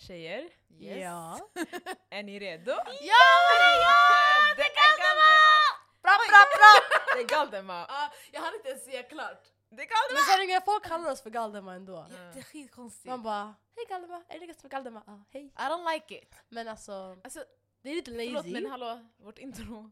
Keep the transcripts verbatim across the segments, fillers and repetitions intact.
Tjejer, Yes. Ja. är ni redo? Ja! Ja! Det är Galdemar! Bra, bra, bra! Det är Galdemar. Ja, jag hann inte ens säga klart. Det är Galdemar! Men sen när folk kallar oss för Galdemar ändå. Ja. Det är skitkonstigt. Man bara, hej Galdemar, är det gäst för Galdemar? Ja, hej. I don't like it. Men alltså, Alltså, det är lite lazy. förlåt men hallå, vårt intro.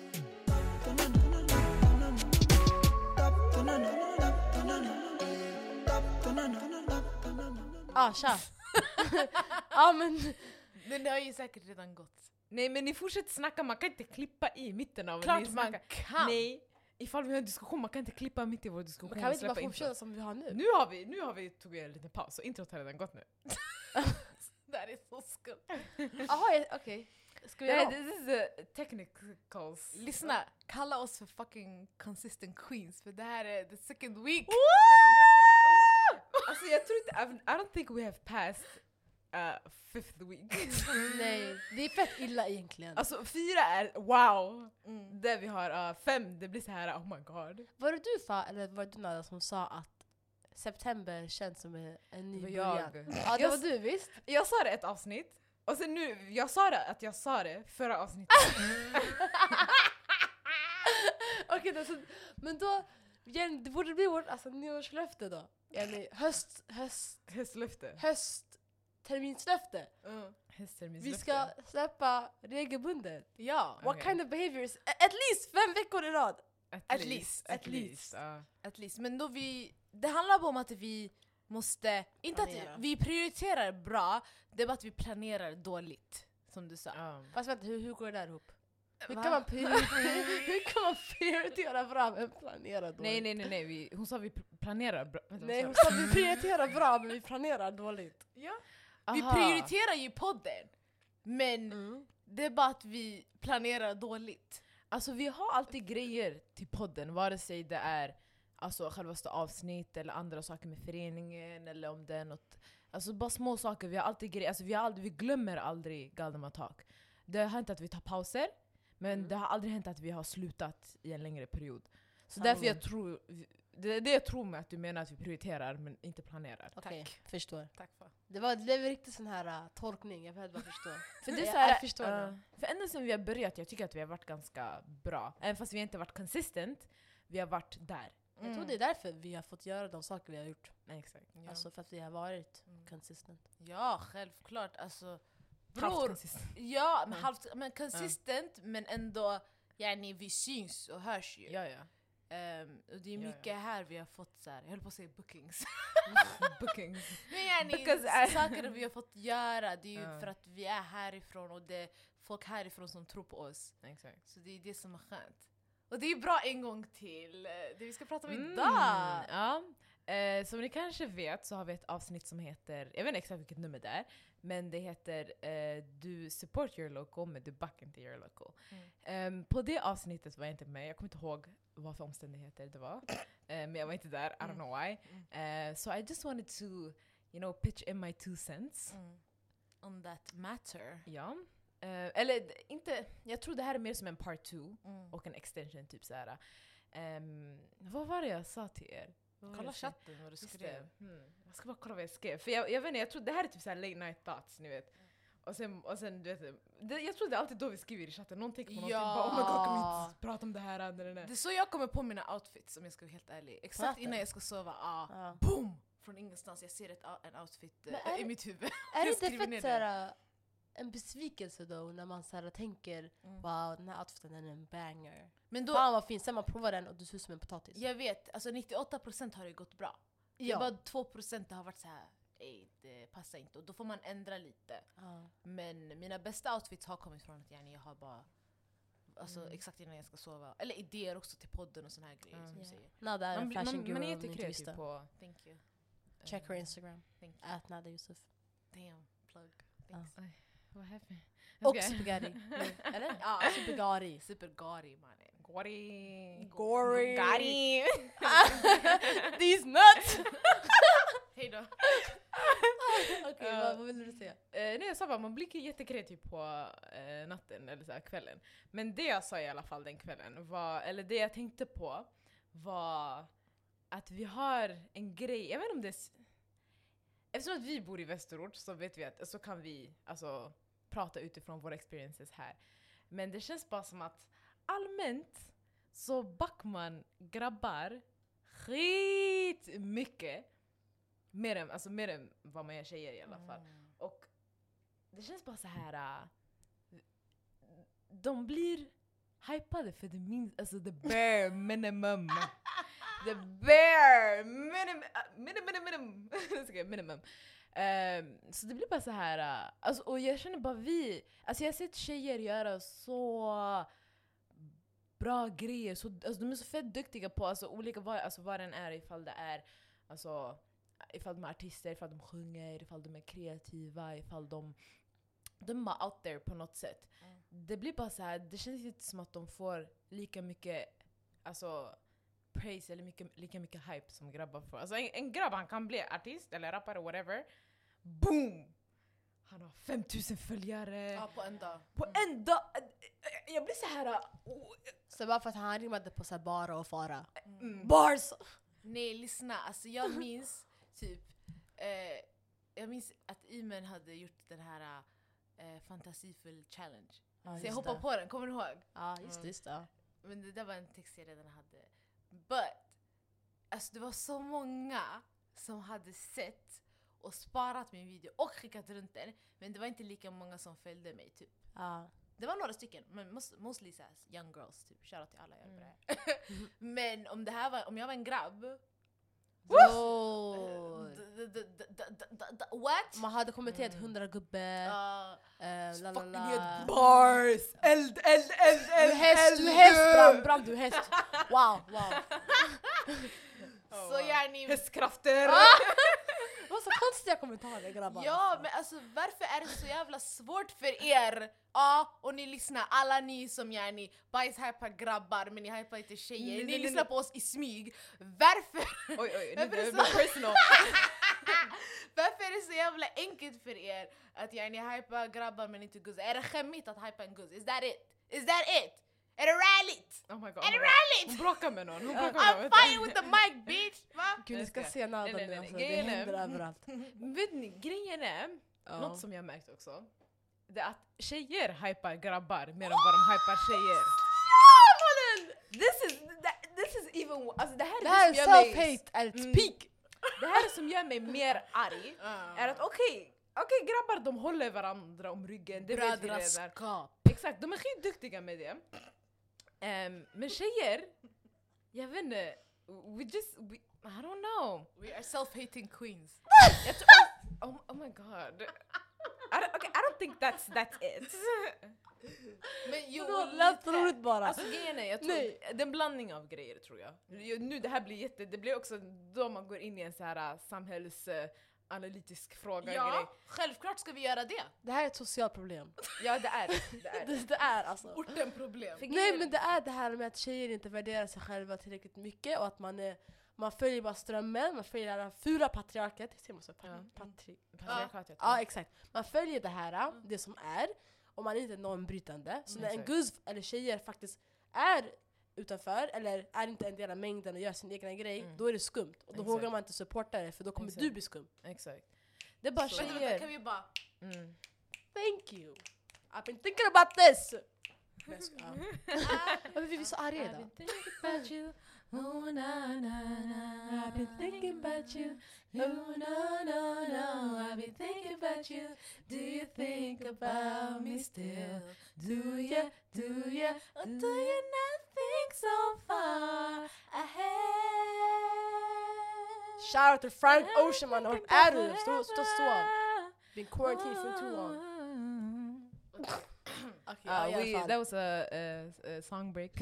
Ah, tja. Ja men, Men det har ju säkert redan gått. Nej men ni fortsätter snacka, man kan inte klippa i mitten av Klart ni man snackar. kan. Nej, ifall vi har en diskussion, man kan inte klippa mitt i vår diskussion. kan vi och inte bara släppa fortsätta intro. som vi har nu? Nu har vi, nu har vi tog vi en liten paus, så introt har redan gått nu. Det här är så skumt. Jaha, jag- okej. Ska vi Yeah, göra this is the technicals. Lyssna, kalla oss för fucking consistent queens för det här är the second week. Alltså jag tror inte, I I don't think we have passed uh, fifth week. Nej, det är fett illa egentligen. Alltså fyra är wow. Mm. Där vi har uh, fem, det blir så här oh my god. Var det du Fa, eller var det du Nada som sa att september känns som en, en ny Det var början? jag. Ja, det Jag var s- du visst? Jag sa det ett avsnitt, och sen nu, jag sa det att jag sa det förra avsnittet. Okej, då, så, men då, igen, det borde bli vårt alltså, nyårslöfte då. Jenny, höst, höst, Höstlöfte. höst, terminslöfte. Mm. Höstterminslöfte. Vi ska släppa regelbundet. Ja, What Okej. kind of behaviors? A- At least fem veckor i rad! At, At least, least, at at least. least. ja. at least. Men då vi, det handlar bara om att vi måste, inte Planera. att vi prioriterar bra, det är bara att vi planerar dåligt. Som du sa. Ja. Fast vänta, hur, hur går det där ihop? Hur Va? kan, man prioritera, hur kan man prioritera bra men planera dåligt? Nej nej nej, nej. Vi, hon sa vi pr- planerar bra. Vänta, vad Nej, sa hon du? sa att vi prioriterar bra men vi planerar dåligt. Ja. Vi Aha. prioriterar ju podden, men Mm. det är bara att vi planerar dåligt. Alltså vi har alltid grejer till podden, vare sig det är alltså självaste avsnitt eller andra saker med föreningen eller om det är något, alltså bara små saker. Vi har alltid grejer, alltså vi, har aldrig, vi glömmer aldrig Galdemar Talk. Det har hänt att vi tar pauser, men Mm. det har aldrig hänt att vi har slutat i en längre period. Så Sanningen. därför jag tror, det är det jag tror med att du menar att vi prioriterar men inte planerar. Okej, Tack. förstår. Tack för. Det var, det blev riktigt sån här uh, tolkning, jag behövde bara förstå. För det är Jag- så här, jag förstår eh, det. för ända sedan vi har börjat, jag tycker att vi har varit ganska bra. Även fast vi inte har varit consistent, vi har varit där. Jag tror det är därför vi har fått göra de saker vi har gjort. Nej, exakt. Ja. Alltså för att vi har varit Mm. consistent. Ja, självklart. Alltså, Halvt bror, consistent. ja, men, Mm. halvt, men consistent, men ändå, yani, vi syns och hörs ju. Ja, ja. Ehm, och det är Ja, mycket ja. här vi har fått så här, jag höll på att säga bookings. Bookings. Men yani, Because I- saker vi har fått göra, det är ju Ja. för att vi är härifrån och det är folk härifrån som tror på oss. Exakt. Så det är det som är skönt. Och det är bra en gång till eh, det vi ska prata om Mm, idag. ja. Eh, som ni kanske vet så har vi ett avsnitt som heter, jag vet inte exakt vilket nummer det är, men det heter eh, Du support your local men du back inte your local. Mm. Ehm, på det avsnittet var jag inte med, jag kommer inte ihåg vad för omständigheter det var. Eh, men jag var inte där, I don't Mm. know why. Eh, so I just wanted to, you know, pitch in my two cents. Mm. On that matter. Ja. Eh, eller d- inte, jag tror det här är mer som en part two Mm. och en extension typ såhär. Um, vad var det jag sa till er? Vad var det Kolla jag sa? chatten vad du Just skrev. det. Hmm. Jag ska bara kolla vad jag skrev. För jag, jag vet inte, jag tror det här är typ såhär late night thoughts, ni vet. Och sen, och sen du vet, det, jag tror det är alltid då vi skriver i chatten, någon tänker på någonting, Ja. bara oh my god kan vi inte prata om det här? Nej, nej, nej. Det är så jag kommer på mina outfits om jag ska vara helt ärlig. Exakt natten? innan jag ska sova, ah, Ja. boom! Från ingenstans, jag ser ett, ou- en outfit eh, Men är i det- mitt huvud. Är Jag det inte skriver ner fett såhär, uh, en besvikelse då när man såhär, tänker Mm. wow den här outfiten är en banger. Men då, Fan vad fin, sen man provar den och du ser ut som en potatis. jag vet, alltså nittioåtta procent har det gått bra. Det är Ja. bara två procent det har varit så här. Ej, det passar inte. Och då får man ändra lite. Ja. Men mina bästa outfits har kommit från att yani, jag har bara, alltså Mm. exakt innan jag ska sova. Eller idéer också till podden och såna här grejer Mm. som du Ja. säger. Nada är Man, en blir- fashion man, guru man är om ni inte jättekreativ visste. på... Thank you. Check her eh, Instagram, Thank you. at Nada Yusuf. Damn, plug. Ja. Thanks. Vad happened? Och Okej. Supergari. Nej, eller? Ja, Supergari. supergari mannen. Gory. Gory. Gory. These nuts! Hejdå. Okej, Ja. vad, vad vill du säga? Eh, nej, jag sa bara, man blir jättekreativ på eh, natten eller så här, kvällen. Men det jag sa i alla fall den kvällen var, eller det jag tänkte på var att vi har en grej, jag vet inte om det är, s- eftersom att vi bor i Västerort så vet vi att så kan vi alltså prata utifrån våra experiences här. Men det känns bara som att allmänt så backar man grabbar skit mycket. Mer än, alltså mer än vad man gör tjejer i alla fall. Mm. Och det känns bara så här. Uh, de blir hypade för det minst, alltså the bare minimum. The bare minimum, minimum, minimum, minimum. minimum. Um, så det blir bara så här. Uh, alltså, och jag känner bara vi, alltså jag har sett tjejer göra så bra grejer, så, alltså de är så fett duktiga på alltså, olika vad, alltså, vad den är, ifall det är alltså, ifall de är artister, ifall de sjunger, ifall de är kreativa, ifall de de är bara out there på något sätt. Mm. Det blir bara så här, det känns inte som att de får lika mycket alltså praise eller mycket, lika mycket hype som grabbar får. Alltså en, en grabb, han kan bli artist eller rappare, whatever. Boom! Han har femtusen följare. Ja, på en dag. På Mm. en dag. Jag blir så här. Oh. Så bara för att han rimmade på så här bara och fara. Mm. Bars! Nej, lyssna. Alltså jag minns typ... Eh, jag minns att Imen hade gjort den här eh, fantasifull challenge. Ja, så jag hoppade på den, kommer du ihåg? Ja, just det, just det. Men det där var en text jag redan hade. But, alltså det var så många som hade sett och sparat min video och skickat runt den. Men det var inte lika många som följde mig typ. Ja. Det var några stycken, men most, mostly så här, young girls typ. Shoutout till alla jag mm. det här. Men om det här var, om jag var en grabb. Oh. D- d- d- d- d- d- d- What? Man hade kommenterat Mm. hundra gubbe. Uh, eh, la, la, fucking la. helt Bars! Eld, eld, eld, Du eld, är häst, du är häst, Bram, Bram, du är häst. Wow, wow. så yani... Hästkrafter! Det var så konstiga kommentarer, grabbar. Ja, men alltså varför är det så jävla svårt för er? Ja, och ni lyssnar, alla ni som yani bajshypar grabbar men ni hypar inte tjejer. Nej, Ni nej, lyssnar nej. på oss i smyg. Varför? Oj, oj, Varför nu är är det det så- personal. Varför är det så jävla enkelt för er att yani hypa grabbar men inte guzz? Är det skämmigt att hypa en guzz? Is that it? Is that it? Är det rallyt? Oh my god. Är oh det my god. rallyt? Hon bråkar med någon. Hon bråkar med någon. I'm vänta. fighting with the mic bitch! Va? Gud, ni Jag ska ska- se Nada nej, nej, nu, nej, alltså. Det grejen är- händer överallt. Vet ni, grejen är, Ja. något som jag har märkt också, det är att tjejer hypar grabbar mer än vad de hypar tjejer. This is, that, this is even, alltså det här är Det här är det som gör mig, self-hate at its Mm. peak. det här är som gör mig mer arg, är att okej, okej grabbar de håller varandra om ryggen, det vet vi redan. Brödraskap. Exakt, de är skitduktiga med det. Um, men tjejer, jag vet inte, we just, we, I don't know. We are self-hating queens. Jag tror, oh, oh my god. I don't, okay, I don't think that's that's it. Men jo, Det var lite. lätt roligt bara. Alltså grejen är, jag tror, Nej. det är en blandning av grejer tror jag. Jag- Nu det här blir jätte, det blir också då man går in i en så här samhällsanalytisk fråga. Ja, Grej. självklart ska vi göra det. Det här är ett socialt problem. Ja det är det. Det är det. Det, det är alltså. Orten problem. För Nej, grejen- men det är det här med att tjejer inte värderar sig själva tillräckligt mycket och att man är man följer bara strömmen, man följer det här fula patriarket. Ser man så? Pa- Ja. patri- Patriarkatet. Ja, exakt. Man följer det här, det som är, och man är inte normbrytande. Så Mm, när en exakt. guzz eller tjejer faktiskt är utanför, eller är inte en del av mängden och gör sin egna grej, Mm. då är det skumt. Och då Exakt. vågar man inte supporta det, för då kommer Exakt. du bli skum. Exakt. Det är bara Vänta, vänta, tjejer. kan vi bara... Mm. Thank you! I've been thinking about this! Men jag skojar. Varför blir vi så arga I've idag? been thinking about you. Oh na na na. I've been thinking about you. Oh no no no. I've been thinking about you. Do you think about me still? Do ya? Do ya? Or do you not think so far ahead? Shout out to Frank Ocean, man. Vart är du? Stå, stå, stå. Been quarantined for too long. Okay, Uh, ja, i we, alla fall. that was a, a, a song break.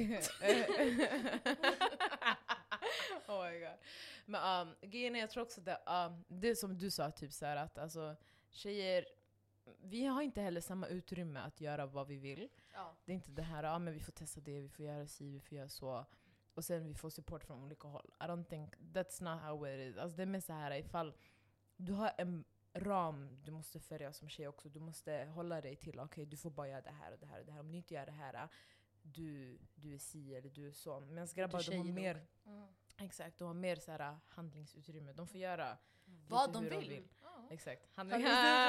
Oh my god. Men um, grejen är, jag tror också det, um, det som du sa, typ så här att alltså, tjejer, vi har inte heller samma utrymme att göra vad vi vill. Ja. Det är inte det här, ja men vi får testa det, vi får göra si, vi får göra så. Och sen vi får support från olika håll. I don't think, that's not how it is. Alltså det är mer så här, ifall du har en ram du måste följa som tjej också. Du måste hålla dig till, okej okay, du får bara göra det här och det här och det här. Om du inte gör det här, du, du är si eller du är så. Medan grabbar, de har tjej mer, Mm. Exakt, de har mer så här handlingsutrymme. De får göra Vad lite de hur vill. Ja. Exakt. Handling.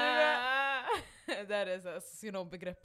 Det är det så här synombegrepp.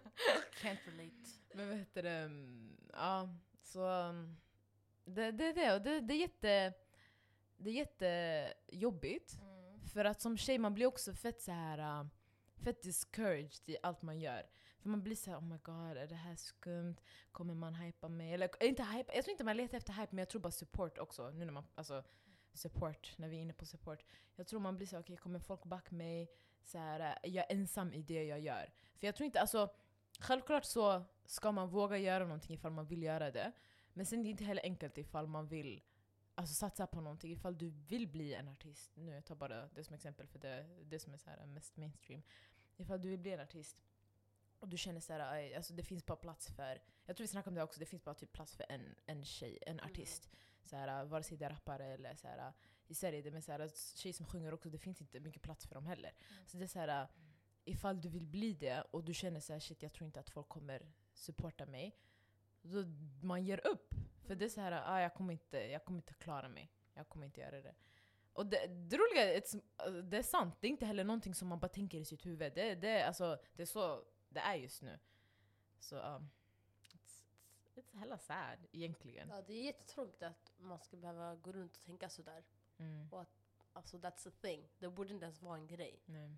Can't relate. Men vad heter det? mm, Ja, så um, det, det är det. Och det, det är jätte det är jättejobbigt. Mm. För att som tjej man blir också fett så här uh, fett discouraged i allt man gör. För man blir så här, oh my god, är det här skumt? Kommer man hypa mig? Eller inte hypa, jag tror inte man letar efter hype, men jag tror bara support också. Nu när man, alltså support, när vi är inne på support. Jag tror man blir så här, okej, okay, kommer folk backa mig? Så här, uh, jag är ensam i det jag gör. För jag tror inte, alltså självklart så ska man våga göra någonting ifall man vill göra det. Men sen är det inte heller enkelt ifall man vill alltså satsa på någonting. Ifall du vill bli en artist. Nu jag tar bara det som exempel för det, det som är så här mest mainstream. Ifall du vill bli en artist och du känner så här, aj, alltså det finns bara plats för, jag tror vi snackade om det också, det finns bara typ plats för en, en tjej, en Mm. artist. Så här, vare sig det är rappare eller så här, i Sverige det med så här, tjejer som sjunger också, det finns inte mycket plats för dem heller. Mm. Så det är så här, ifall du vill bli det och du känner så här, shit jag tror inte att folk kommer supporta mig, då man ger upp. För det är så här, ah, jag kommer inte jag kommer inte klara mig. Jag kommer inte göra det. Och det, det roliga är att det är sant. Det är inte heller någonting som man bara tänker i sitt huvud. Det, det, alltså, det är så det är just nu. Så um, it's, it's, it's hella sad egentligen. Ja, det är jättetråkigt att man ska behöva gå runt och tänka sådär. Mm. Alltså that's the thing. Det borde inte ens vara en grej. Nej.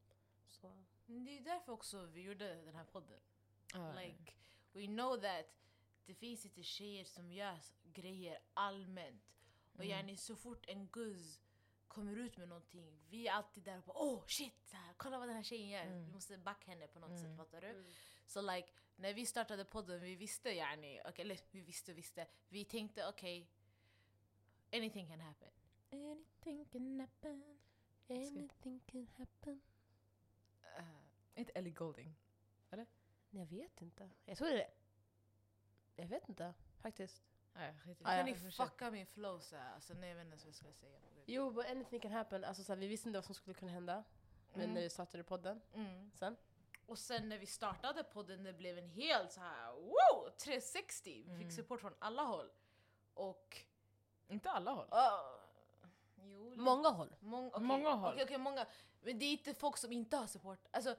Så. Men det är därför också vi gjorde den här podden. Ah, Like, we know that det finns inte tjejer som gör grejer allmänt. Och Mm. yani, så fort en guzz kommer ut med någonting, vi är alltid där och bara, oh shit, så här, kolla vad den här tjejen gör. Mm. Vi måste backa henne på något Mm. sätt, fattar du? Mm. Så like, när vi startade podden, vi visste yani, okay, eller vi visste, visste. Vi tänkte, okej, okay, anything can happen. Anything can happen. Anything can happen. Uh, inte Ellie Goulding. Nej, jag vet inte. Jag tror det är... Jag vet inte, faktiskt. Ah, ja, skit i Ah, ja. Kan ni Försök. fucka min flow så här? Alltså nej, jag vet inte vad jag ska säga. Jo, but anything can happen. Alltså, så här, vi visste inte vad som skulle kunna hända. Men Mm. när vi startade podden. Mm. Sen. Och sen när vi startade podden, det blev en helt så här, wow, trehundrasextio. Vi Mm. fick support från alla håll. Och... Inte alla håll. Uh, jo, li- Många håll. mång, okay. Många håll. Okej, okej, många. Men det är inte folk som inte har support. Alltså,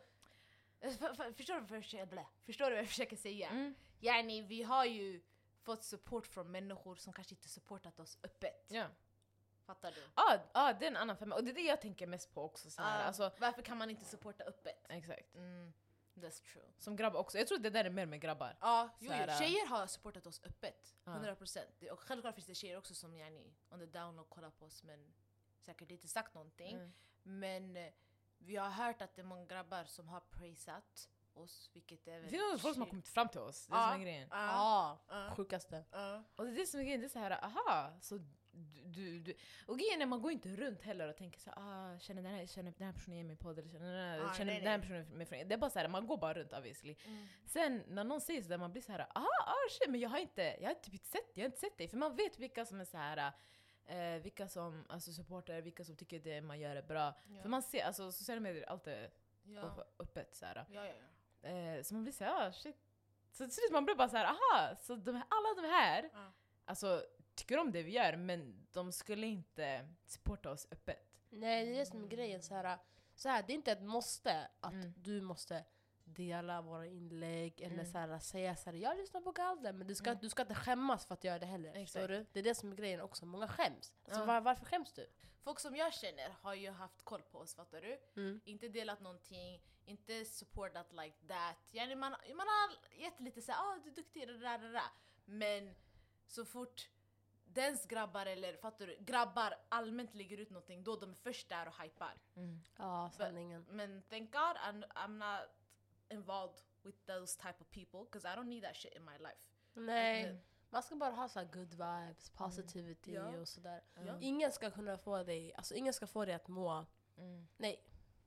f- f- förstår du vad jag försöker, blä, förstår du vad jag försöker säga? Mm. Yani, vi har ju fått support från människor som kanske inte supportat oss öppet. Ja. Fattar du? Ah, ah, det är en annan femma. Och det är det jag tänker mest på också. Så här. Ah, Alltså, varför kan man inte supporta öppet? exakt. Mm, that's true. Som grabbar också. Jag tror det där är mer med grabbar. Ja, jo, Så här, jo. äh. Tjejer har supportat oss öppet. Ja. hundra procent. Det- Och självklart finns det tjejer också som yani, on the down och kollar på oss men säkert inte sagt någonting. Mm. Men eh, vi har hört att det är många grabbar som har praisat oss, vilket är Det väl... finns folk som har kommit fram till oss. Det är Ja. som är grejen. Ja. Ja, Ja. sjukaste. Ja. Och det är det som är grejen. Det är så här, aha. Så du, du, du. Och grejen är man går inte runt heller och tänker så här, ah, känner den här, känner den här personen är min podd eller känner den här, Ah, känner nej, den här nej. personen med från. Det är bara så här, man går bara runt obviously. Mm. Sen när någon säger så där man blir så här, ah, ah shit, men jag har inte, jag har typ inte sett det, jag har inte sett det. För man vet vilka som är så här, eh, vilka som alltså supportar, vilka som tycker det man gör är bra. Ja. För man ser, alltså sociala medier är alltid Ja. upp- öppet så här. Ja, ja, ja. Eh, så man blir så här, ah, shit. Så till slut man blir bara så här, aha, så de, här- alla de här, Ja. alltså tycker om det vi gör, men de skulle inte supporta oss öppet. Nej, det är det som är grejen. Så här, så här, det är inte ett måste att Mm. du måste dela våra inlägg eller Mm. så här, säga så här, jag lyssnar på Galde, men du ska, Mm. du ska inte skämmas för att göra det heller. Exakt. Förstår du? Det är det som är grejen också. Många skäms. Alltså, Ja. var, varför skäms du? Folk som jag känner har ju haft koll på oss, fattar du? Mm. Inte delat någonting, inte supportat like that. Yani man, man har gett lite såhär, ah du är duktig, det där, det där. Men så fort dens grabbar eller fattar du, grabbar allmänt lägger ut någonting, då de är först där och hypar. Ja, sanningen. Men thank God I'm, I'm not involved with those type of people, because I don't need that shit in my life. Nej, Mm. man ska bara ha så här good vibes, positivity Ja. och sådär. Ja. Ingen ska kunna få dig, alltså ingen ska få dig att må, Mm. nej.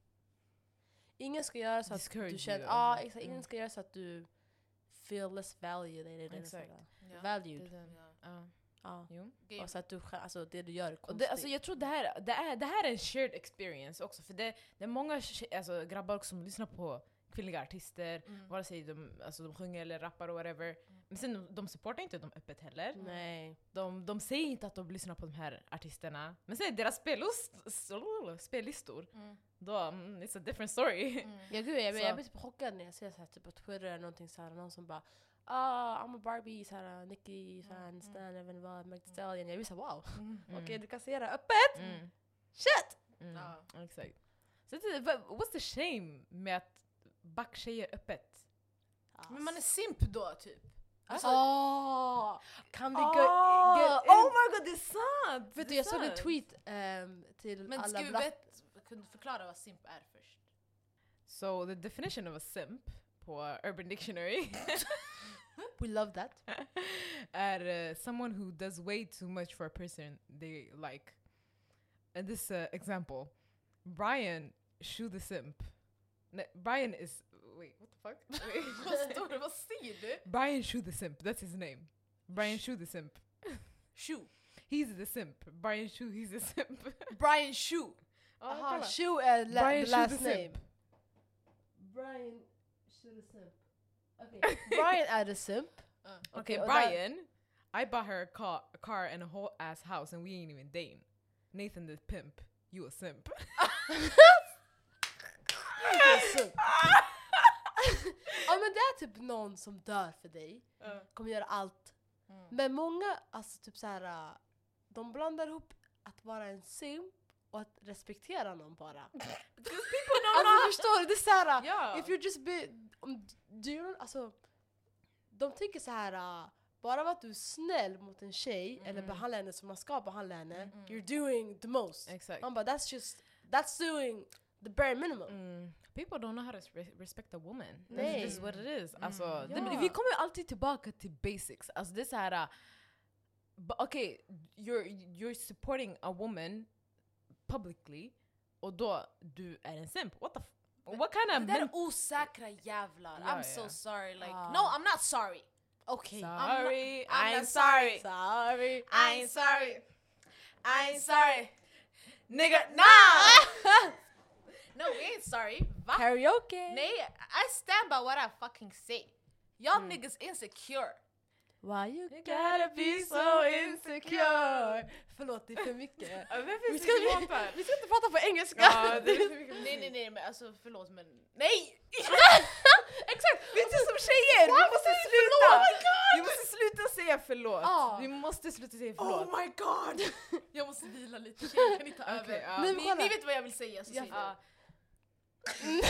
Ingen ska göra så att Discourage du känner, you, ja alltså. exakt, ingen Mm. ska göra så att du feel less valued eller, eller Exakt. sådär. Ja. Valued. Det är den. Ja. Ja. Ja. Jo. Game. Och så att du, sj- alltså det du gör är Och konstigt. det, alltså, jag tror det här, det, är, det här är en shared experience också. För det, det är många tje- alltså, grabbar också som lyssnar på kvinnliga artister, Mm. vare sig de, alltså, de sjunger eller rappar och whatever. Men sen de, de supportar inte dem öppet heller. Nej. De, de säger inte att de lyssnar på de här artisterna. Men sen deras spellist, spellistor, Mm. då, mm, it's a different story. Mm. Ja, gud, jag, Så. jag blir typ chockad när jag ser så här, typ på Twitter eller någonting så här, någon som bara ah, I'm a Barbie, så här, Nicki, fan, Mm, Stan, jag vet inte vad, Meg Thee Stallion. Jag blir så wow, Mm. Mm. okej du kan säga det öppet, Mm. shit! Mm. Ja. Exakt. Så det, vad- what's the shame med att backa tjejer öppet? Men man är simp då typ. Alltså, Åh, kan vi Oh, gå... get in- oh my god, det är sant! Vet Det du, är jag såg en sant. tweet ehm, till men alla ska vi black... vet, kunna förklara vad simp är först? So the definition of a simp på Urban Dictionary We love that. are uh, someone who does way too much for a person they like. And this uh, example, Brian Shu the simp. Ne- Brian is wait, what the fuck? Wait. Vad står det? Vad säger du? Brian Shu the simp. That's his name. Brian Shu the simp. Shu. He's the simp. Brian Shu, he's the simp. Brian Shu. Aha, kolla. Shu är la- Brian the Shu last the name. simp. Brian Shu the simp. Okay. Brian är the simp. Uh. Okay, Okay, och Brian, I bought her a car, a car and a whole ass house, and we ain't even dating. Nathan the pimp, you a simp. simp. Ja men det är typ någon som dör för dig, kommer göra allt. Mm. Men många, alltså typ så här, uh, de blandar ihop att vara en simp och att respektera någon bara. Alltså förstår du? Det är så här, uh, Ja. if you just be, om du, alltså, de tycker så här, uh, bara för att du är snäll mot en tjej Mm. eller behandlar henne som man ska behandla henne, Mm. you're doing the most. Exakt. Man bara, that's just, that's doing the bare minimum. Mm. People don't know how to res- respect a woman. That's Nej. just what it is. Mm. Alltså, Ja. det, vi kommer ju alltid tillbaka till basics. Alltså det är så här. Uh, but okay, you're, you're supporting a woman publicly, och då du är en simp. What the f- what kind Det of där är men- osäkra jävlar. Ja, I'm ja. so sorry. Like, Ah. no, I'm not sorry. Okej. Sorry, I'm I ain't not sorry. Sorry. I ain't sorry. I ain't sorry. Nigga, nah! No, we ain't sorry. Va? Karaoke. Nej, I stand by what I fucking say. Y'all niggas insecure. Why you You gotta be so insecure? Förlåt, det är för mycket. Vi ska, vi, vi ska inte prata på engelska. Ja, det är för mycket. Nej, nej, nej, men alltså förlåt men... Nej! Exakt! Vi är inte som tjejer! Vi måste sluta! Vi måste sluta säga förlåt. Ja. Vi måste sluta säga förlåt. Oh my god! Jag måste vila lite, tjejer kan ni ta Okej, över? ja. Nej, men Ni, kolla. ni vet vad jag vill säga, så Ja. säg Ja. det.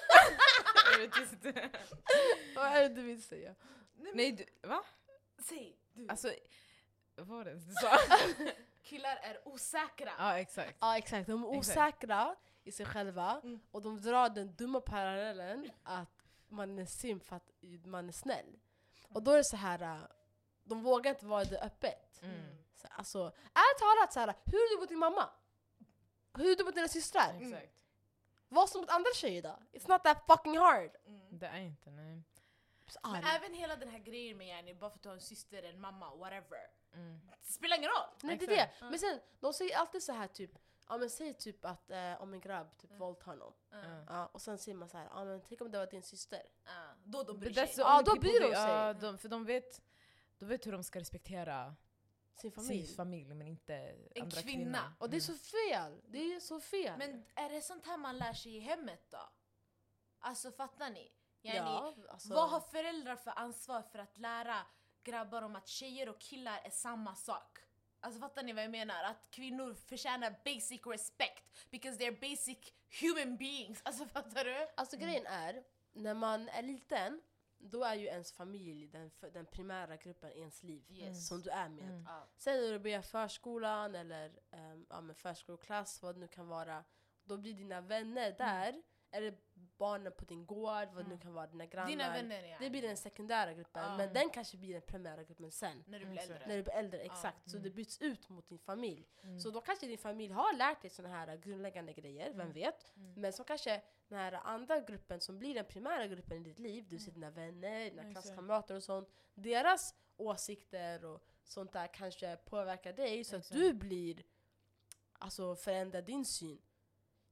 Jag vet inte. Vad är det du vill säga? Nej, du, va? Säg du. Alltså, vad var det du sa? Killar är osäkra. Ja, exakt. Ja exakt, de är Exakt. osäkra i sig själva Mm. och de drar den dumma parallellen att man är simp för att man är snäll. Och då är det så här, äh, de vågar inte vara det öppet. Mm. Så, alltså, ärligt talat så här, hur är du mot din mamma? Hur är du mot dina systrar? Exakt. Vad som mot andra tjejer då? It's not that fucking hard. Mm. Det är inte, nej. Så Men arg. även hela den här grejen med yani, bara för att du har en syster, en mamma, whatever. Mm. Det spelar ingen roll. Nej det är det. Exakt. Men sen, de säger alltid så här typ, ja men säg typ att eh, om en grabb typ Mm. våldtar någon. Mm. Ja, och sen säger man så här, ja men tänk om det var din syster. Uh, då de bryr But that's sig. the Ja, only då people bryr de they- sig. ja, de, för de vet, de vet hur de ska respektera Sin familj. sin familj, men inte En andra kvinna. kvinnor. Och det är så fel. Det är så fel. Men är det sånt här man lär sig i hemmet då? Alltså fattar ni? Yani, ja, alltså, Vad har föräldrar för ansvar för att lära grabbar om att tjejer och killar är samma sak? Alltså fattar ni vad jag menar? Att kvinnor förtjänar basic respect because they're basic human beings. Alltså fattar du? alltså grejen är, när man är liten, då är ju ens familj den, f- den primära gruppen i ens liv. Yes. Som du är med. Mm. Ja. Sen när du börjar förskolan eller um, ja, med förskoleklass, vad det nu kan vara, då blir dina vänner där, eller barnen på din gård, vad det nu Mm. kan vara, dina grannar. Dina vänner ja. Det blir den sekundära gruppen, Ja. men den kanske blir den primära gruppen sen. När du Mm, blir så. äldre. När du blir äldre, exakt. Så Mm. det byts ut mot din familj. Mm. Så då kanske din familj har lärt dig såna här grundläggande grejer, vem Mm. vet? Mm. Men så kanske den här andra gruppen som blir den primära gruppen i ditt liv, du ser Mm. dina vänner, dina Ja, exakt. klasskamrater och sånt, deras åsikter och sånt där kanske påverkar dig så att Exakt. du blir, alltså förändrar din syn.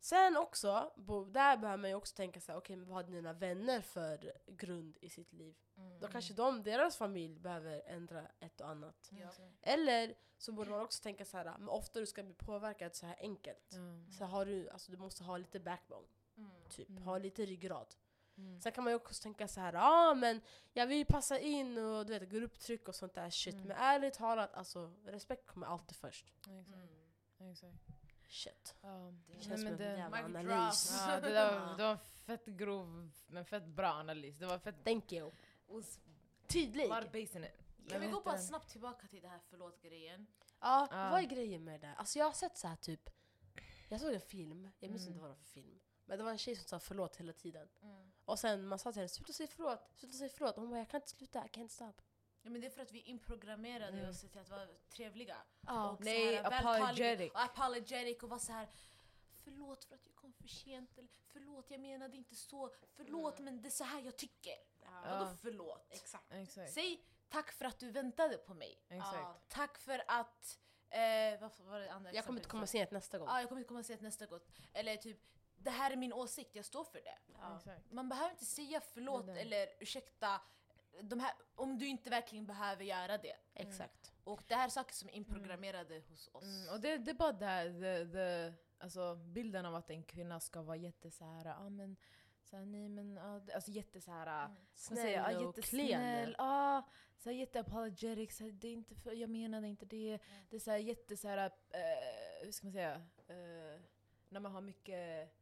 Sen också, bo, där behöver man ju också tänka sig, okej, okay, vad har dina vänner för grund i sitt liv? Mm. Då kanske de, deras familj behöver ändra ett och annat. Ja. Eller så borde man också tänka så här, men ofta du ska bli påverkad så här enkelt. Mm. Så har du, alltså du måste ha lite backbone, Mm. typ. Mm. Ha lite ryggrad. Mm. Sen kan man ju också tänka så här, ja ah, men jag vill passa in och du vet, grupptryck och sånt där shit. Mm. Men ärligt talat, alltså respekt kommer alltid först. Ja, exakt. Mm. Exakt. Shit. Ja. Det Nej, känns som men en det, jävla Mic analys. drop. ja, det, där, var- det var en fett grov men fett bra analys. Det var fett Thank you. was Tydlig. a lot of bass in it. Kan vi Vad gå heter bara den? snabbt tillbaka till det här förlåt-grejen? Ja, Ja. vad är grejen med det där? Alltså jag har sett så här typ, jag såg en film, jag minns Mm. inte vad det var för film. Men det var en tjej som sa förlåt hela tiden. Mm. Och sen man sa till henne, sluta säga förlåt, sluta säga förlåt. Och hon bara, jag kan inte sluta, I can't stop. Ja, men det är för att vi är inprogrammerade Mm. oss till att vara trevliga. Ja. Och så Nej, här vältaliga apologetic. Och apologetic och vara så här. Förlåt för att jag kom för sent. Eller förlåt, jag menade inte så. Förlåt, Mm. men det är så här jag tycker. Ja. Vadå förlåt? Exakt. Exakt. Säg tack för att du väntade på mig. Exakt. Tack för att... Eh, vad var det andra Jag kommer inte exemplet? komma sent nästa gång. Ja, jag kommer inte komma sent nästa gång. Eller typ, det här är min åsikt, jag står för det. Ja. Exakt. Man behöver inte säga förlåt Nej, nej. eller ursäkta de här, om du inte verkligen behöver göra det. Exakt. Och det här är saker som är inprogrammerade hos oss. Mm, och det, det är bara där, the, the, alltså bilden av att en kvinna ska vara jätte så här, ah, men så här, nej men ah, det- alltså jätte så här, Mm. vad säger jag? Snäll Ah, och jättesnäll, klen. ah, så här jätte apologetic, så här, det är inte för, jag menade inte det. Det är så här jätte så här, eh, hur ska man säga, eh, när man har mycket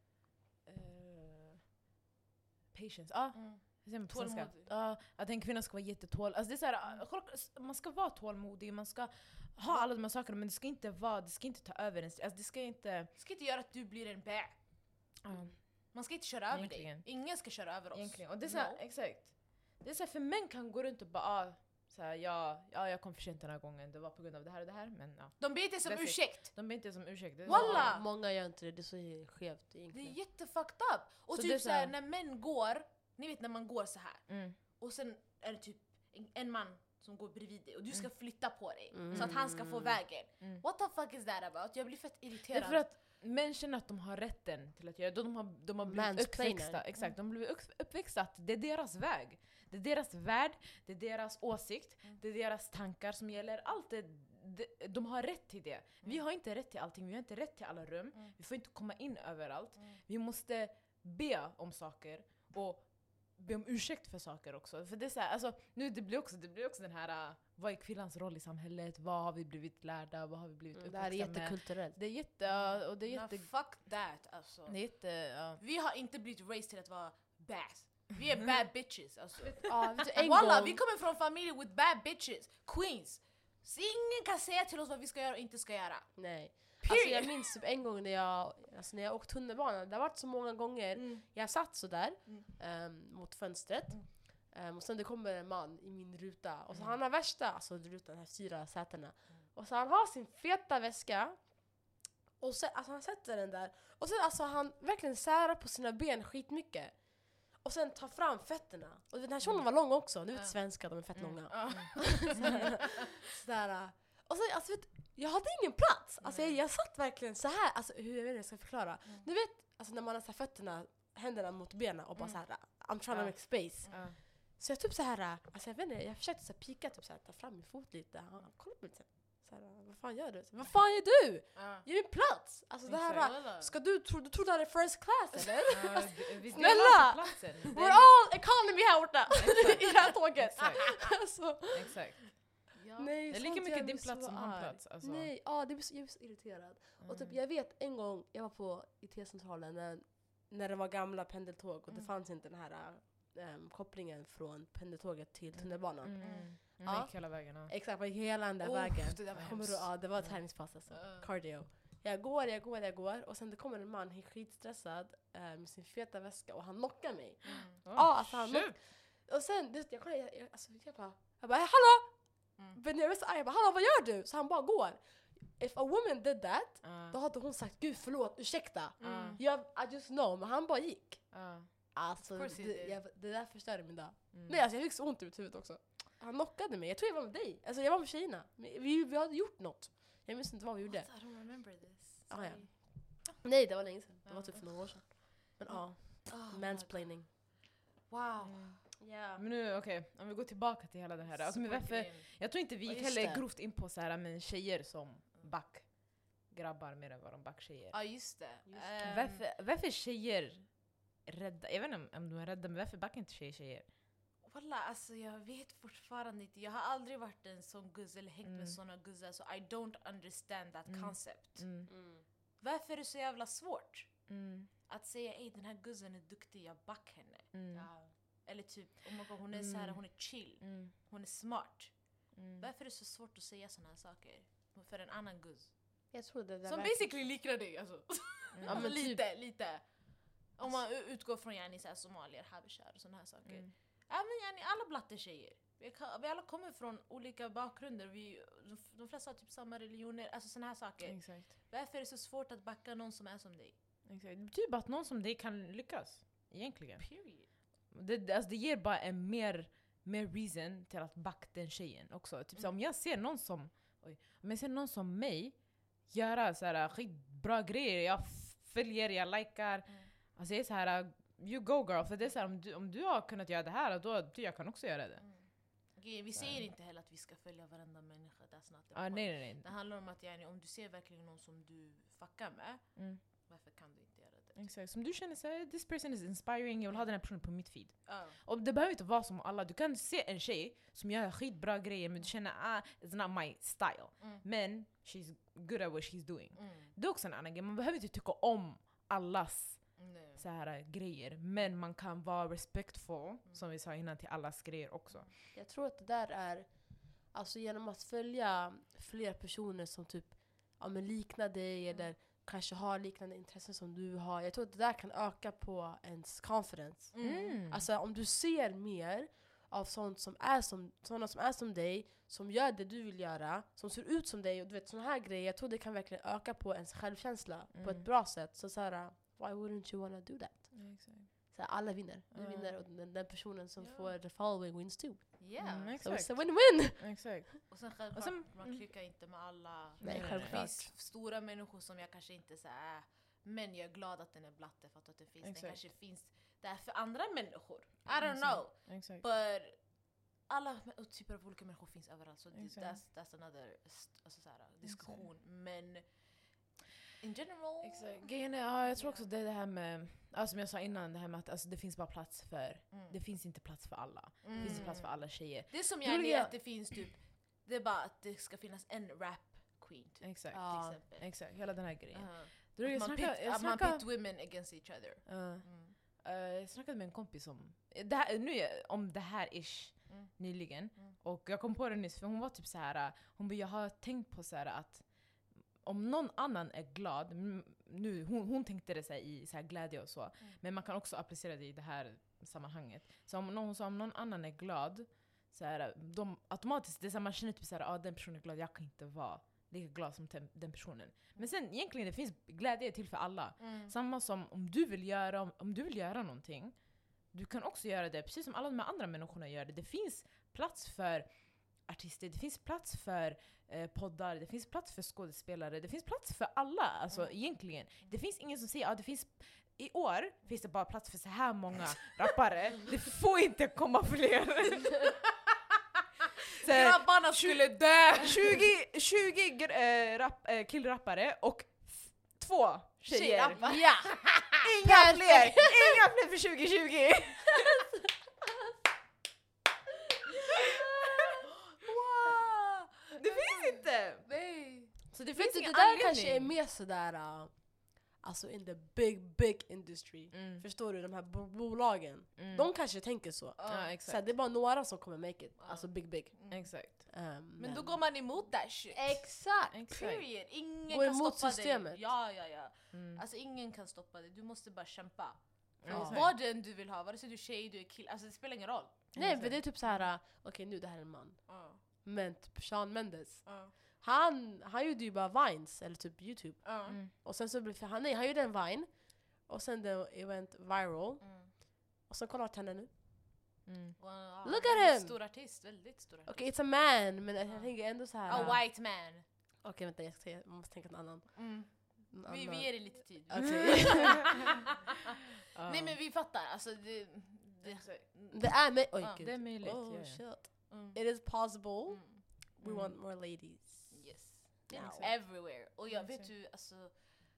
eh, patience, ah, Mm. hur säger man på svenska? Tålmodig. Ja, att en kvinna ska vara jättetål. Alltså det är så här, själv- man ska vara tålmodig, man ska ha alla de här sakerna, men det ska inte vara, det ska inte ta över ens. Alltså det ska inte... Det ska inte göra att du blir en bä. Man ska inte köra över Egentligen. dig. Ingen ska köra över oss. Egentligen. Och det är så här, No. exakt. Det är så här, för män kan gå runt och bara, ah, så här, ja, ja, jag kom för sent den här gången, det var på grund av det här och det här, men ja. De ber inte som That's it. ursäkt. De ber inte som ursäkt. Det är så- Walla! Ja, många gör inte det, det är så skevt Det är egentligen. jättefucked up. Och Så det är typ så här- såhär när män går, ni vet när man går så här Mm. och sen är det typ en, en man som går bredvid dig och du ska Mm. flytta på dig Mm. så att han ska få vägen. Mm. What the fuck is that about? Jag blir fett Det är irriterad. för att män känner att de har rätten till att göra det. De har, de har blivit Mansplainer. uppväxta, exakt, de har blivit upp- uppväxta att det är deras väg. Det är deras värld, det är deras åsikt, Mm. det är deras tankar som gäller. Allt det, de, de har rätt till det. Vi har inte rätt till allting, vi har inte rätt till alla rum. Mm. Vi får inte komma in överallt. Mm. Vi måste be om saker och be om ursäkt för saker också. För det är så här, alltså, nu det blir också, det blir också den här, uh, vad är kvinnans roll i samhället? Vad har vi blivit lärda? Vad har vi blivit Mm, det här är uppväxta med? jättekulturellt. Det är jätte, och det är Nah, jätte... fuck that alltså. Det är jätte... Ja. Vi har inte blivit raised till att vara bad. Vi är bad bitches alltså. Ja, vet du, en Walla, gång, vi kommer från familjer with bad bitches. Queens. Så ingen kan säga till oss vad vi ska göra och inte ska göra. nej. Alltså Period. jag minns typ en gång när jag, alltså när jag åkte tunnelbana, det har varit så många gånger, Mm. jag satt så där Mm. ehm, mot fönstret. Mm. Ehm, och sen det kommer en man i min ruta och så Mm. han har värsta, alltså rutan, de här fyra sätena. Och så han har sin feta väska och sen, alltså han sätter den där och sen alltså han verkligen särar på sina ben skitmycket. Och sen tar fram fötterna. Och den här kjolen var lång också, du vet Ja. svenska, de är fett Mm. långa. Ja. Sådär. Och så, alltså, vet, jag hade ingen plats. Alltså, jag, jag satt verkligen så här. Alltså, hur jag vet inte, jag ska förklara. Mm. Du vet, alltså, när man har så här fötterna, händerna mot benen och bara Mm. så här, I'm trying to Ja. make space. Ja. Så jag typ så här, alltså jag vet inte, jag försökte så här pika, typ så här, ta fram min fot lite. Han, han kollade på mig lite så här, vad fan gör du? Så, vad fan gör du? Ja. Ge mig plats! Alltså det här, Walla. ska du tro, du tror det här är first class eller? Ja, d- vi Snälla! delar på platsen. Det We're är- all economy här borta! Exakt. I det här tåget! Exakt. alltså, Exakt. Ja. nej, Det är sånt lika jag mycket blir din plats så som hans arg. plats. Alltså. Nej, ja, det blir så, jag blir så irriterad. Och typ, Mm. jag vet en gång, jag var på I T-centralen när, när det var gamla pendeltåg och det Mm. fanns inte den här äm, kopplingen från pendeltåget till Mm. tunnelbanan. Mm. Mm. Mm. Ja. Man gick hela vägen. Ja. Exakt, man gick hela den där Oh, vägen. det där var Kommer du, hemskt. ja, det var ett Mm. träningspass alltså. Ja. Cardio. Jag går, jag går, jag går och sen det kommer en man, han är skitstressad äh, med sin feta väska och han knockar mig. Mm. Oh, Ja, alltså han shit. Och sen, du vet, jag kollar, jag, jag, alltså, jag bara, jag bara hallå! Mm. Men jag var så arg, jag bara hallå vad gör du? Så han bara går. If a woman did that, Ja. då hade hon sagt gud förlåt, ursäkta. Mm. Jag, I just know, men han bara gick. Ja. Alltså Of course he det, did. jag, det där förstörde min dag. Mm. Nej alltså jag fick så ont i mitt huvud också. Han knockade mig, jag tror jag var med dig. Alltså jag var med tjejerna. Men Vi, vi hade gjort något. Jag minns inte vad vi gjorde. What? I don't remember this. Ah, ja. Sorry. Nej, det var länge sedan. Det var Ja. typ för några år sedan. Men ja, Oh, mansplaining. Wow. Ja. Men nu, okej, om vi går tillbaka till hela det här. Alltså, men varför, Supergrym. jag tror inte vi Ja, gick just heller det. grovt in på så här, men tjejer som back. Grabbar mer än vad de backtjejer. Ja just det. Just Ehm, Varför, varför är tjejer rädda? Jag vet inte om, om de är rädda, men varför backar inte tjejer tjejer? Walla, alltså jag vet fortfarande inte. Jag har aldrig varit en sån guzz eller hängt Mm. med såna guzzar, så I don't understand that Mm. concept. Mm. Mm. Varför är det så jävla svårt Mm. att säga ej den här guzzen är duktig, jag back henne? Mm. Ja. Eller typ, oh my God, hon är så här, Mm. hon är chill, Mm. hon är smart. Mm. Varför är det så svårt att säga såna här saker för en annan guzz? Jag tror det där Som verkligen- basically liknar dig alltså. Mm. Ja, alltså men typ- lite, lite. Om man u- utgår från yani, så här, somalier, habishar och såna här saker. Mm. Ja, men yani, alla blatte tjejer. Vi, kan, vi alla kommer från olika bakgrunder. Vi, de, de flesta har typ samma religioner, alltså såna här saker. Exakt. Varför är det så svårt att backa någon som är som dig? Exakt. Det betyder bara att någon som dig kan lyckas. Egentligen. Period. Det, det- alltså det ger bara en mer, mer reason till att backa den tjejen också. Typ så Mm. om jag ser någon som oj, om jag ser någon som mig göra så här skitbra grejer, jag f- följer, jag likar. Mm. Alltså jag är så här, you go girl. För det är så här, om, du, om du har kunnat göra det här, då du, jag kan också göra det. Mm. Okej, vi säger inte heller att vi ska följa varenda människa. That's not the Ah, point. nej nej nej. Det handlar om att yani, om du ser verkligen någon som du fuckar med, Mm. varför kan du inte göra det? Exakt. Som du känner såhär, this person is inspiring, jag vill ha den här personen på mitt feed. Ja. Och det behöver inte vara som alla. Du kan se en tjej som gör skitbra grejer men du känner ah, it's not my style. Mm. Men she's good at what she's doing. Mm. Det är också en annan grej. Man behöver inte tycka om allas Nej. så här grejer. Men man kan vara respectful, som vi sa innan, till allas grejer också. Jag tror att det där är, alltså genom att följa fler personer som typ ja, men liknar dig Mm. eller kanske har liknande intressen som du har. Jag tror att det där kan öka på ens confidence. Mm. Alltså om du ser mer av sånt som är som, sådana som är som dig, som gör det du vill göra, som ser ut som dig och du vet sådana här grejer, jag tror det kan verkligen öka på ens självkänsla på Mm. ett bra sätt. Så såhär, why wouldn't you wanna do that? Så här, alla vinner. Du Ja. vinner och den, den personen som Ja. får the following wins too. Yeah. Mm, So it's exakt. a win-win! Exakt. Och sen självklart, Och sen- man mm. klickar inte med alla. Nej, Nej, Det självklart. finns stora människor som jag kanske inte säger äh, men jag är glad att den är blatte för att det finns. Exakt. Den kanske finns där för andra människor. I don't know. Exakt. But alla mä- typer av olika människor finns överallt. Så det- Exakt. that's, that's another st- alltså, så här, diskussion. Men in general... Exakt. Grejen är, ja, jag tror också det är det här med, alltså, som jag sa innan, det här med att alltså, det finns bara plats för, Mm. det finns inte plats för alla. Det Mm. finns inte plats för alla tjejer. Det är som Då jag vill är jag- att det finns typ, det är bara att det ska finnas en rap queen typ, Exakt. Ja. till exempel. Exakt, hela den här grejen. Uh-huh. Då är jag Att man, snackar, pit, jag att man snackar, pit women against each other. uh, Mm. uh, jag snackade med en kompis om det här, nu är, om det här ish Mm. nyligen. Mm. Och jag kom på det nyss, för hon var typ så här. uh, hon bara, jag har tänkt på så här att om någon annan är glad, m- nu, hon, hon tänkte det så här, i så här glädje och så, Mm. men man kan också applicera det i det här sammanhanget. Så om någon, hon sa om någon annan är glad, så här, de, automatiskt, det är så här, man känner typ så här, ah, den personen är glad, jag kan inte vara lika glad som tem- den personen. Men sen egentligen, det finns glädje till för alla. Mm. Samma som om du vill göra, om, om du vill göra någonting, du kan också göra det, precis som alla de här andra människorna gör det. Det finns plats för artister, det finns plats för eh, poddar, det finns plats för skådespelare, det finns plats för alla, alltså Mm. egentligen. Det finns ingen som säger att ah, det finns, i år finns det bara plats för så här många rappare, det får inte komma fler. Så här, Grabbarna skulle dö! tjugo, tjugo gr- äh, rap, äh, killrappare och f- två tjejer. Tjejrappare. Ja! Inga fler! Inga fler för tjugo tjugo! Wow. Det finns inte! Nej. Så det Vet finns du, ingen det där anledning. kanske är mer sådär, uh, alltså in the big, big industry. Mm. Förstår du, de här bo- bolagen. Mm. De kanske tänker så. Ja, Så här, exakt. det är bara några som kommer make it. Ja. Alltså big, big. Mm. Exakt. Um, Men då går man emot that shit. Exakt! Exakt. Period. Ingen Går kan emot stoppa systemet. dig. Ja, ja, ja. Mm. Alltså ingen kan stoppa dig. Du måste bara kämpa. För Ja. vad det än du vill ha, vare sig du är tjej, du är kille, alltså det spelar ingen roll. Nej, för det är typ så här. uh, okej nu det här är en man. Ja. Men typ Shawn Mendes. Ja. Han, han gjorde ju bara vines, eller typ YouTube. Ja. Mm. Och sen så blev för han, nej, han gjorde en vine. Och sen det went viral. Mm. Och sen kolla vart han är nu. Mm. Och, ja, Look han at är en him! Stor artist, väldigt stor artist. Okej, it's a man, men jag Ja. tänker ändå så här. A white man. Okej vänta, jag, ska säga, jag måste tänka något annat. Mm. Vi, vi ger det lite tid. Okej. Ja. Nej men vi fattar, alltså det... det, Det är mig. Oj, Ja, gud. det är möjligt. Oh, ja, ja. shit. mm, It is possible. mm, We Mm. want more ladies. yes. Now. Everywhere. Och jag Exakt. vet du, alltså...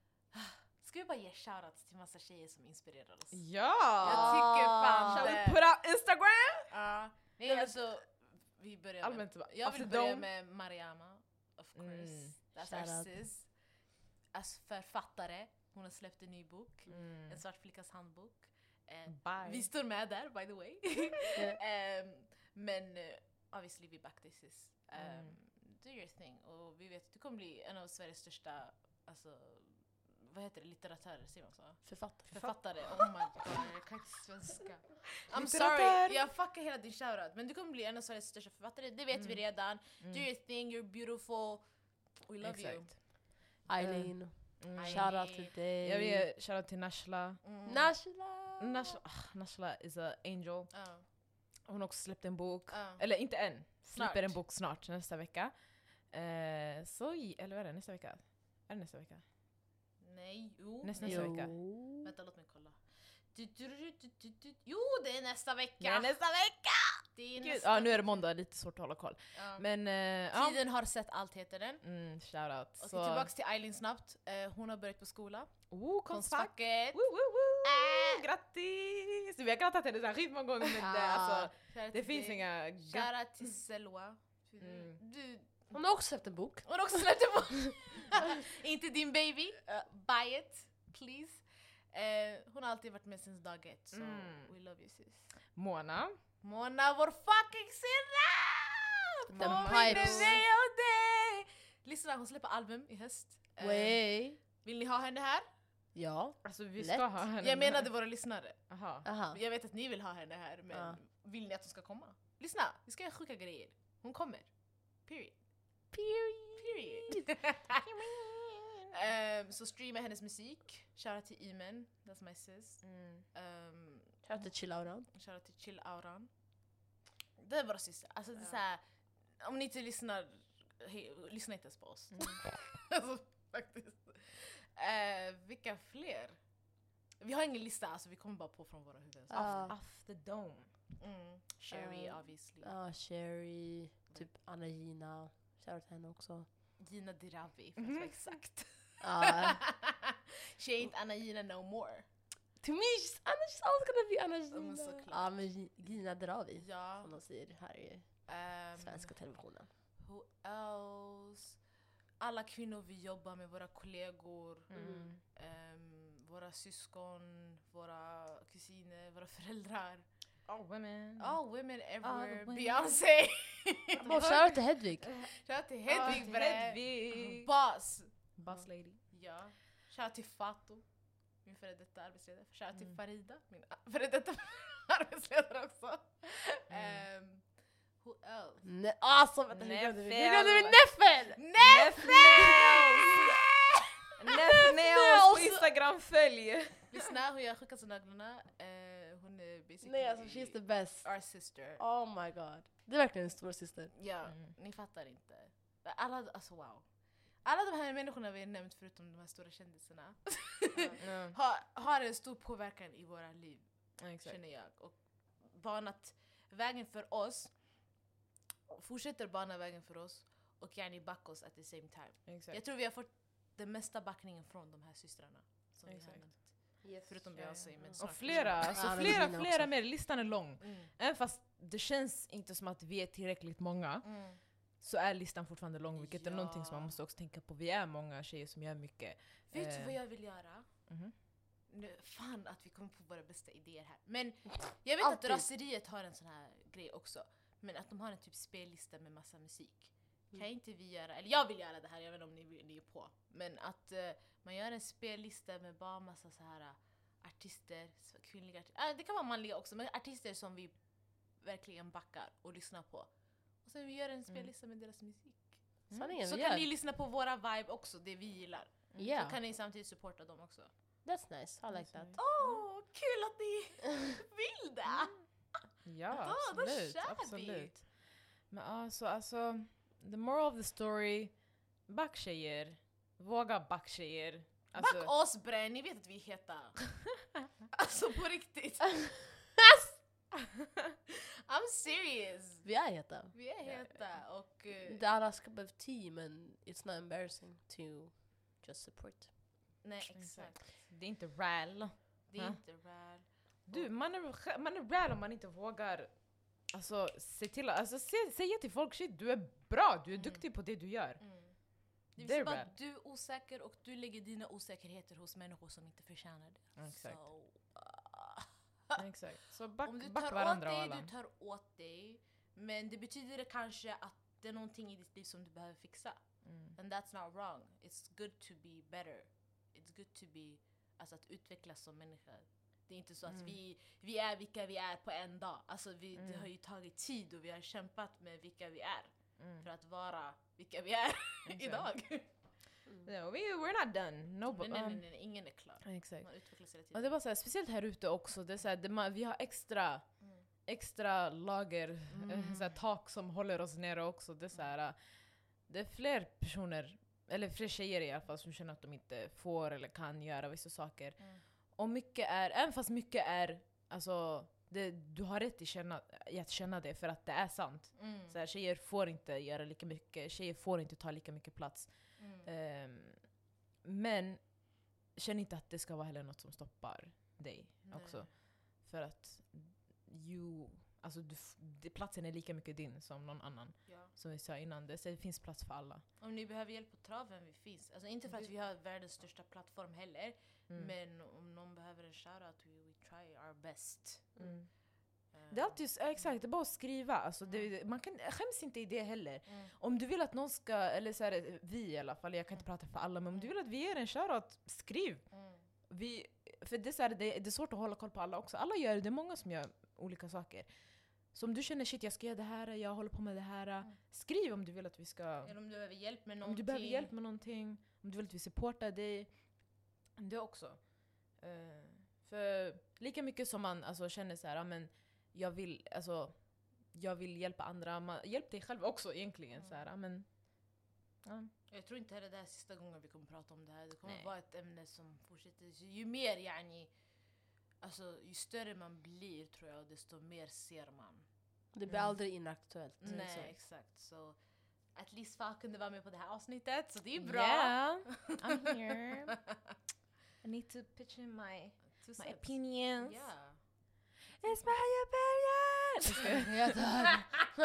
Ska vi bara ge shoutouts till massa tjejer som inspirerar oss? Ja! Jag tycker fan Shall det. we put out Instagram? Ja. Nej men- alltså, vi börjar med... Allmänt bara. Jag vill After börja Dawn. med Mariama, of course. Mm. That's our Shoutout. sis. Alltså författare, hon har släppt en ny bok. Mm. En svart flickas handbok. Eh, Bye. vi står med där, by the way. Ehm, men uh, obviously we back this sis. Um, Mm. Do your thing. Och vi vet att du kommer bli en av Sveriges största, alltså, vad heter det, litteratörer, säger man så? Författare. Författare. Oh my god, jag kan inte svenska. I'm Litteratör. sorry, jag fuckar hela din shoutout. Men du kommer bli en av Sveriges största författare, det vet vi Mm. redan. Mm. Do your thing, you're beautiful. We love you. Exakt. Eileen. Mm. Shout out to dig. Jag vill ge shoutout till Nashla. Mm. Nashla. Nashla, ah, Nashla is a angel. Ja, Hon har också släppt en bok. ja. Eller inte än. Släpper Snart. en bok snart, nästa vecka. Eh, så, i- eller vad är det? Nästa vecka? Är det nästa vecka? Nej, jo. Nästa nej. vecka. Vänta, låt mig kolla. Du, du, du, du, du, du. Jo, det är nästa vecka! Det är nästa vecka! Det är Gud. nästa Ja, nu är det måndag, lite svårt att hålla koll. Ja. Men, eh, ja. Tiden har sett allt heter den. Mm, shoutout. Och Så, tillbaks till Eileen snabbt. Eh, hon har börjat på skola. oh, konstfack! Konstfacket. Woo, woo, woo. Äh. Grattis! Vi har grattat henne så här skitmånga gånger men det, Ah. alltså, Shoutout det till finns dig. inga... ga- Shoutout till Selwa. Mm. Du, Hon har också släppt en bok. hon har också släppt en bok. Inte din baby. Buy it, please. Eh, hon har alltid varit med sen dag ett. Så Mm. we love you sis. Mona. Mona, vår fucking syrra! The Påminner pipes. mig om dig! Lyssna, hon släpper album i höst. Eh, Way. vill ni ha henne här? Ja. Alltså vi Lätt. ska ha henne. Jag menade våra lyssare. Aha. Aha. Jag vet att ni vill ha henne här, men Ja. vill ni att hon ska komma? Lyssna, vi ska göra sjuka grejer. Hon kommer. Period. Period. Period. um, så streama hennes musik. Shoutout till Imen, that's my sis. Mm. Um, Shout out to Chill Auran. Shoutout till Chill Auran. Det är våra systrar. Alltså det är Ja. såhär, om ni inte lyssnar, hej, lyssna inte ens på oss. Mm. Alltså faktiskt. Uh, vilka fler? Vi har ingen lista, alltså vi kommer bara på från våra huvuden. Så. Ja. Off the dome. Mm. Sherry Um, obviously. Ja, Sherry. Typ Anna Gina. Shout out till henne också. Gina Dirawi för att Mhm. vara exakt. Ja. She ain't Anna Gina no more. To me, she's, Anna, she's always gonna be Anna Ja, men Gina. såklart. Ja, men Gi- Gina Dirawi. Ja. Som de säger här i ehm, svenska televisionen. Who else? Alla kvinnor vi jobbar med, våra kollegor, Mm. ehm, våra syskon, våra kusiner, våra föräldrar. All women. All women everywhere. women. Beyoncé! Och shout out till Hedvig. Shoutout till Ah, Hedvig till bre! Hedvig. Boss! Boss lady. Ja. Shoutout till Fatou, min före detta arbetsledare. Shoutout till Mm. Farida, min a- före detta arbetsledare också. Mm. Ehm, who else? Ne- Alltså vänta, vi glömde vi Neffel. glömde vi Neffel! Neffnails på Instagram, följ! Lyssna, hon gör sjukaste naglarna. Eh, hon är basically Nej alltså she's the best. our sister. Oh my god. Det är verkligen en stor syster. Ja, Mm. ni fattar inte. Alla, alltså wow. Alla de här människorna vi har nämnt förutom de här stora kändisarna Mm. har, har en stor påverkan i våra liv, Exakt. känner jag. Och banat vägen för oss, fortsätter bana vägen för oss och gärna backa oss at the same time. Exakt. Jag tror vi har fått den mesta backningen från de här systrarna som vi har Exakt. nämnt. Yes. Förutom Beyoncé, men Och snart. flera, alltså Ja, flera, Regina flera också. mer. Listan är lång. Mm. Även fast det känns inte som att vi är tillräckligt många Mm. så är listan fortfarande lång, vilket är Ja. någonting som man måste också tänka på. Vi är många tjejer som gör mycket. Vet du Eh. vad jag vill göra? Mhm. Nu, fan att vi kommer på våra bästa idéer här. Men jag vet Alltid. att raseriet har en sån här grej också. Men att de har en typ spellista med massa musik. Kan inte vi göra, eller jag vill göra det här, jag vet inte om ni, vill- ni är på. Men att eh, man gör en spellista med bara massa så här uh, artister, så kvinnliga artister. Äh, det kan vara manliga också, men artister som vi verkligen backar och lyssnar på. Och sen vi gör en spellista med deras musik. Sanningen, Så vi kan gör. ni lyssna på våra vibe också, det vi gillar. Yeah. Så kan ni samtidigt supporta dem också. That's nice, I like that. Åh, kul att ni vill det! Ja, Då- då absolut. kör vi. absolut. Men alltså, alltså, the moral of the story, back tjejer, våga back tjejer. Alltså, Back oss bre, ni vet att vi är heta. Alltså på riktigt. I'm serious. Vi är heta. Vi är heta och... Uh, Inte allas cup of tea, men it's not embarrassing to just support. nej, exakt. det är inte ral. Det är Ja. inte rad. Du, man är, man är ral om man inte vågar alltså, se till att, alltså, se, säga till folk shit, du är bra, du är Mm. duktig på det du gör. Mm. Det Det är vill bara rad. att du är osäker och du lägger dina osäkerheter hos människor som inte förtjänar det. Ja, exakt. Så, Exakt. Så back, om du back tar åt varandra och dig, alla. du tar åt dig. Men det betyder det kanske att det är någonting i ditt liv som du behöver fixa. Mm. And that's not wrong. It's good to be better. It's good to be, alltså att utvecklas som människa. Det är inte så att Mm. vi, vi är vilka vi är på en dag. Alltså vi, det Mm. har ju tagit tid och vi har kämpat med vilka vi är. Mm. För att vara vilka vi är Exakt. idag. Ja, we, we're not done. No, nej, nej, um, nej, nej, ingen är klar. Exakt. Man utvecklas hela Och tiden. det var så här, speciellt här ute också, det är så här, det, man, vi har extra, Mm. extra lager, Mm. eh, så här, tak som håller oss nere också. Det är, så här, det är fler personer, eller fler tjejer i alla fall, som känner att de inte får eller kan göra vissa saker. Mm. Och mycket är, även fast mycket är, alltså, det, du har rätt i, känna, i att känna det för att det är sant. Mm. Så här, tjejer får inte göra lika mycket, tjejer får inte ta lika mycket plats. Mm. Ehm, men känn inte att det ska vara heller något som stoppar dig Nej. också. För att you, alltså du, f- det, platsen är lika mycket din som någon annan. Ja. Som vi sa innan, det, så det finns plats för alla. Om ni behöver hjälp på traven, vi finns. Alltså inte för att vi har världens största plattform heller. Mm. Men om någon behöver en shoutout, we, we try our best. Mm. Eh, Det är alltid, ja, exakt, det är bara att skriva. Alltså, det, man kan, skäms inte i det heller. Mm. Om du vill att någon ska, eller så här, vi i alla fall, jag kan inte prata för alla, men om du vill att vi ger en shoutout, skriv. Mm. Vi, för det är, så här, det, det är svårt att hålla koll på alla också. Alla gör det, det är många som gör olika saker. Så om du känner shit, jag ska göra det här, jag håller på med det här. Mm. Skriv om du vill att vi ska... Eller om du behöver hjälp med någonting. Om du behöver hjälp med någonting, om du vill att vi supportar dig. Det också. Eh, för lika mycket som man alltså, känner så här, ja, men jag vill, alltså, jag vill hjälpa andra. Man, hjälp dig själv också egentligen. Mm. Så här, ja, men, ja. Jag tror inte heller det här är sista gången vi kommer prata om det här. Det kommer Nej. vara ett ämne som fortsätter. Så ju mer, yani, alltså, ju större man blir tror jag, desto mer ser man. Det blir aldrig inaktuellt. Nej, liksom. exakt. Så at least Fa kunde vara med på det här avsnittet, så det är bra. Yeah, I'm here. I need to pitch in my, Two my cents. opinions. Ja. It's my opinion! Jag tar-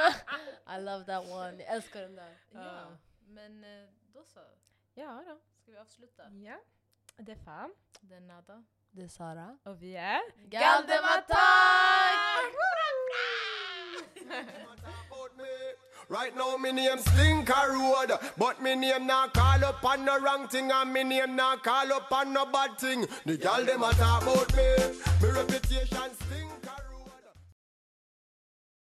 I love that one. Jag älskar den där. Ja, men eh, då så. Ja då. Ska vi avsluta? Ja. Det är fan. Det är nada. Det är Sara. Och vi är... Galdematak! Right now me name Slinker Road, but me name not call up on no wrong thing, and me name not call up on no bad thing. The girl dem a talk about me, me reputation.